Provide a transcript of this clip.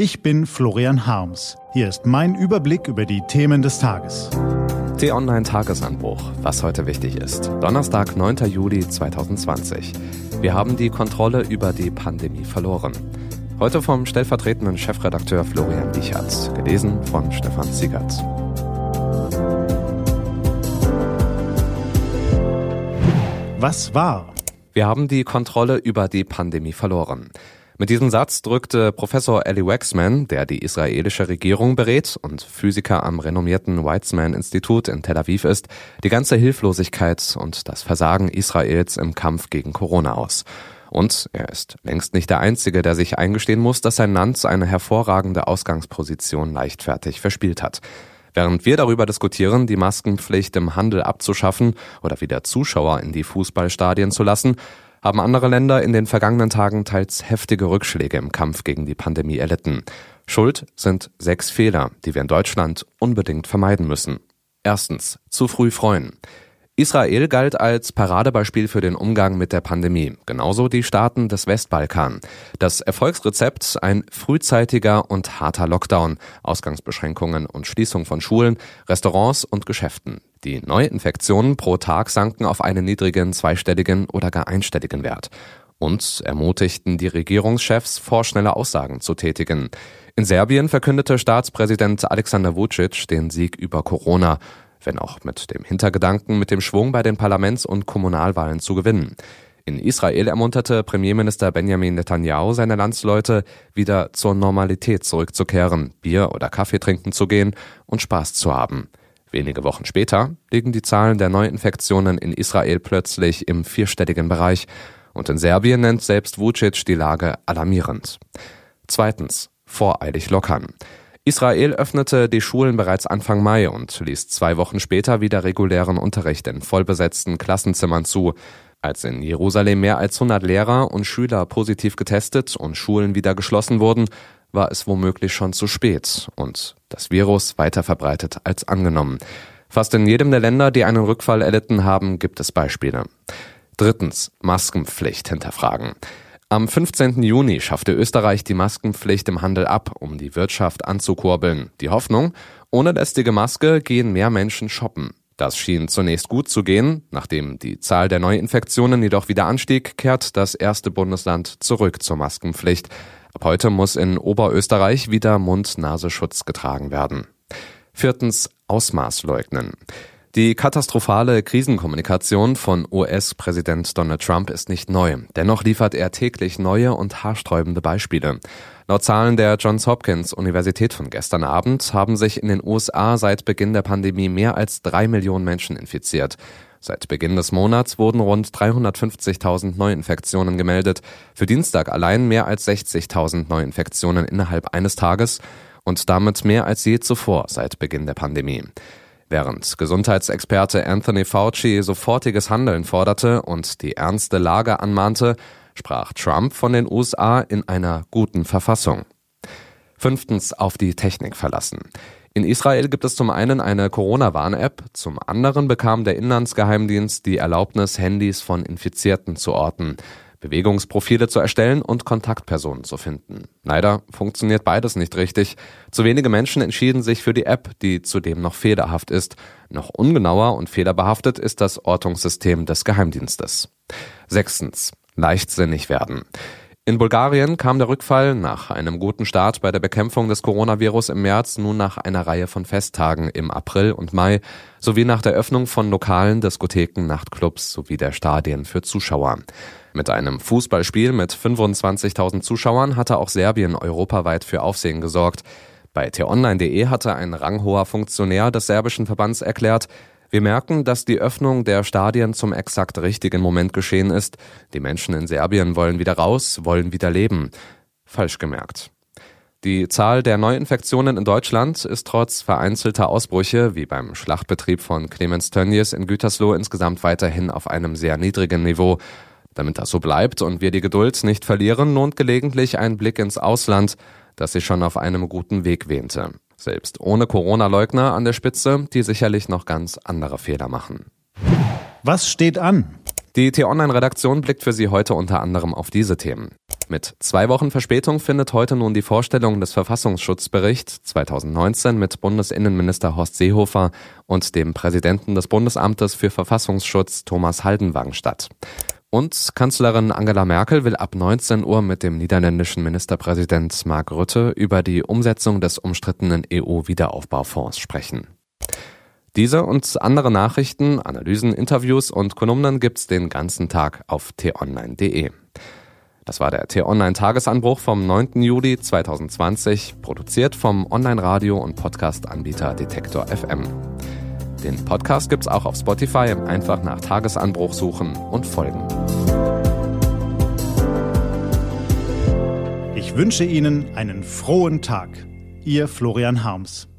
Ich bin Florian Harms. Hier ist mein Überblick über die Themen des Tages. T-Online-Tagesanbruch, was heute wichtig ist. Donnerstag, 9. Juli 2020. Wir haben die Kontrolle über die Pandemie verloren. Heute vom stellvertretenden Chefredakteur Florian Wiechert, gelesen von Stefan Ziegert. Was war? Wir haben die Kontrolle über die Pandemie verloren. Mit diesem Satz drückte Professor Eli Waxman, der die israelische Regierung berät und Physiker am renommierten Weizmann-Institut in Tel Aviv ist, die ganze Hilflosigkeit und das Versagen Israels im Kampf gegen Corona aus. Und er ist längst nicht der Einzige, der sich eingestehen muss, dass sein Land eine hervorragende Ausgangsposition leichtfertig verspielt hat. Während wir darüber diskutieren, die Maskenpflicht im Handel abzuschaffen oder wieder Zuschauer in die Fußballstadien zu lassen, haben andere Länder in den vergangenen Tagen teils heftige Rückschläge im Kampf gegen die Pandemie erlitten. Schuld sind 6 Fehler, die wir in Deutschland unbedingt vermeiden müssen. Erstens, zu früh freuen. Israel galt als Paradebeispiel für den Umgang mit der Pandemie, genauso die Staaten des Westbalkan. Das Erfolgsrezept: ein frühzeitiger und harter Lockdown, Ausgangsbeschränkungen und Schließung von Schulen, Restaurants und Geschäften. Die Neuinfektionen pro Tag sanken auf einen niedrigen zweistelligen oder gar einstelligen Wert und ermutigten die Regierungschefs, vorschnelle Aussagen zu tätigen. In Serbien verkündete Staatspräsident Aleksandar Vučić den Sieg über Corona, wenn auch mit dem Hintergedanken, mit dem Schwung bei den Parlaments- und Kommunalwahlen zu gewinnen. In Israel ermunterte Premierminister Benjamin Netanyahu seine Landsleute, wieder zur Normalität zurückzukehren, Bier oder Kaffee trinken zu gehen und Spaß zu haben. Wenige Wochen später liegen die Zahlen der Neuinfektionen in Israel plötzlich im 4-stelligen Bereich und in Serbien nennt selbst Vučić die Lage alarmierend. Zweitens, voreilig lockern. Israel öffnete die Schulen bereits Anfang Mai und ließ 2 Wochen später wieder regulären Unterricht in vollbesetzten Klassenzimmern zu. Als in Jerusalem mehr als 100 Lehrer und Schüler positiv getestet und Schulen wieder geschlossen wurden, war es womöglich schon zu spät und das Virus weiter verbreitet als angenommen. Fast in jedem der Länder, die einen Rückfall erlitten haben, gibt es Beispiele. Drittens, Maskenpflicht hinterfragen. Am 15. Juni schaffte Österreich die Maskenpflicht im Handel ab, um die Wirtschaft anzukurbeln. Die Hoffnung: ohne lästige Maske gehen mehr Menschen shoppen. Das schien zunächst gut zu gehen. Nachdem die Zahl der Neuinfektionen jedoch wieder anstieg, kehrt das erste Bundesland zurück zur Maskenpflicht. Ab heute muss in Oberösterreich wieder Mund-Nasenschutz getragen werden. Viertens, Ausmaß leugnen. Die katastrophale Krisenkommunikation von US-Präsident Donald Trump ist nicht neu. Dennoch liefert er täglich neue und haarsträubende Beispiele. Laut Zahlen der Johns Hopkins Universität von gestern Abend haben sich in den USA seit Beginn der Pandemie mehr als 3 Millionen Menschen infiziert. Seit Beginn des Monats wurden rund 350.000 Neuinfektionen gemeldet. Für Dienstag allein mehr als 60.000 Neuinfektionen innerhalb eines Tages und damit mehr als je zuvor seit Beginn der Pandemie. Während Gesundheitsexperte Anthony Fauci sofortiges Handeln forderte und die ernste Lage anmahnte, sprach Trump von den USA in einer guten Verfassung. Fünftens, auf die Technik verlassen. In Israel gibt es zum einen eine Corona-Warn-App, zum anderen bekam der Inlandsgeheimdienst die Erlaubnis, Handys von Infizierten zu orten, Bewegungsprofile zu erstellen und Kontaktpersonen zu finden. Leider funktioniert beides nicht richtig. Zu wenige Menschen entschieden sich für die App, die zudem noch fehlerhaft ist. Noch ungenauer und fehlerbehaftet ist das Ortungssystem des Geheimdienstes. Sechstens, leichtsinnig werden. In Bulgarien kam der Rückfall nach einem guten Start bei der Bekämpfung des Coronavirus im März nun nach einer Reihe von Festtagen im April und Mai sowie nach der Öffnung von Lokalen, Diskotheken, Nachtclubs sowie der Stadien für Zuschauer. Mit einem Fußballspiel mit 25.000 Zuschauern hatte auch Serbien europaweit für Aufsehen gesorgt. Bei t-online.de hatte ein ranghoher Funktionär des serbischen Verbands erklärt: Wir merken, dass die Öffnung der Stadien zum exakt richtigen Moment geschehen ist. Die Menschen in Serbien wollen wieder raus, wollen wieder leben. Falsch gemerkt. Die Zahl der Neuinfektionen in Deutschland ist trotz vereinzelter Ausbrüche, wie beim Schlachtbetrieb von Clemens Tönnies in Gütersloh, insgesamt weiterhin auf einem sehr niedrigen Niveau. Damit das so bleibt und wir die Geduld nicht verlieren, lohnt gelegentlich ein Blick ins Ausland, das sich schon auf einem guten Weg wähnte. Selbst ohne Corona-Leugner an der Spitze, die sicherlich noch ganz andere Fehler machen. Was steht an? Die T-Online-Redaktion blickt für Sie heute unter anderem auf diese Themen. Mit 2 Wochen Verspätung findet heute nun die Vorstellung des Verfassungsschutzberichts 2019 mit Bundesinnenminister Horst Seehofer und dem Präsidenten des Bundesamtes für Verfassungsschutz Thomas Haldenwang statt. Und Kanzlerin Angela Merkel will ab 19 Uhr mit dem niederländischen Ministerpräsident Mark Rutte über die Umsetzung des umstrittenen EU-Wiederaufbaufonds sprechen. Diese und andere Nachrichten, Analysen, Interviews und Kolumnen gibt's den ganzen Tag auf t-online.de. Das war der T-Online-Tagesanbruch vom 9. Juli 2020, produziert vom Online-Radio- und Podcast-Anbieter Detektor FM. Den Podcast gibt's auch auf Spotify, einfach nach Tagesanbruch suchen und folgen. Ich wünsche Ihnen einen frohen Tag. Ihr Florian Harms.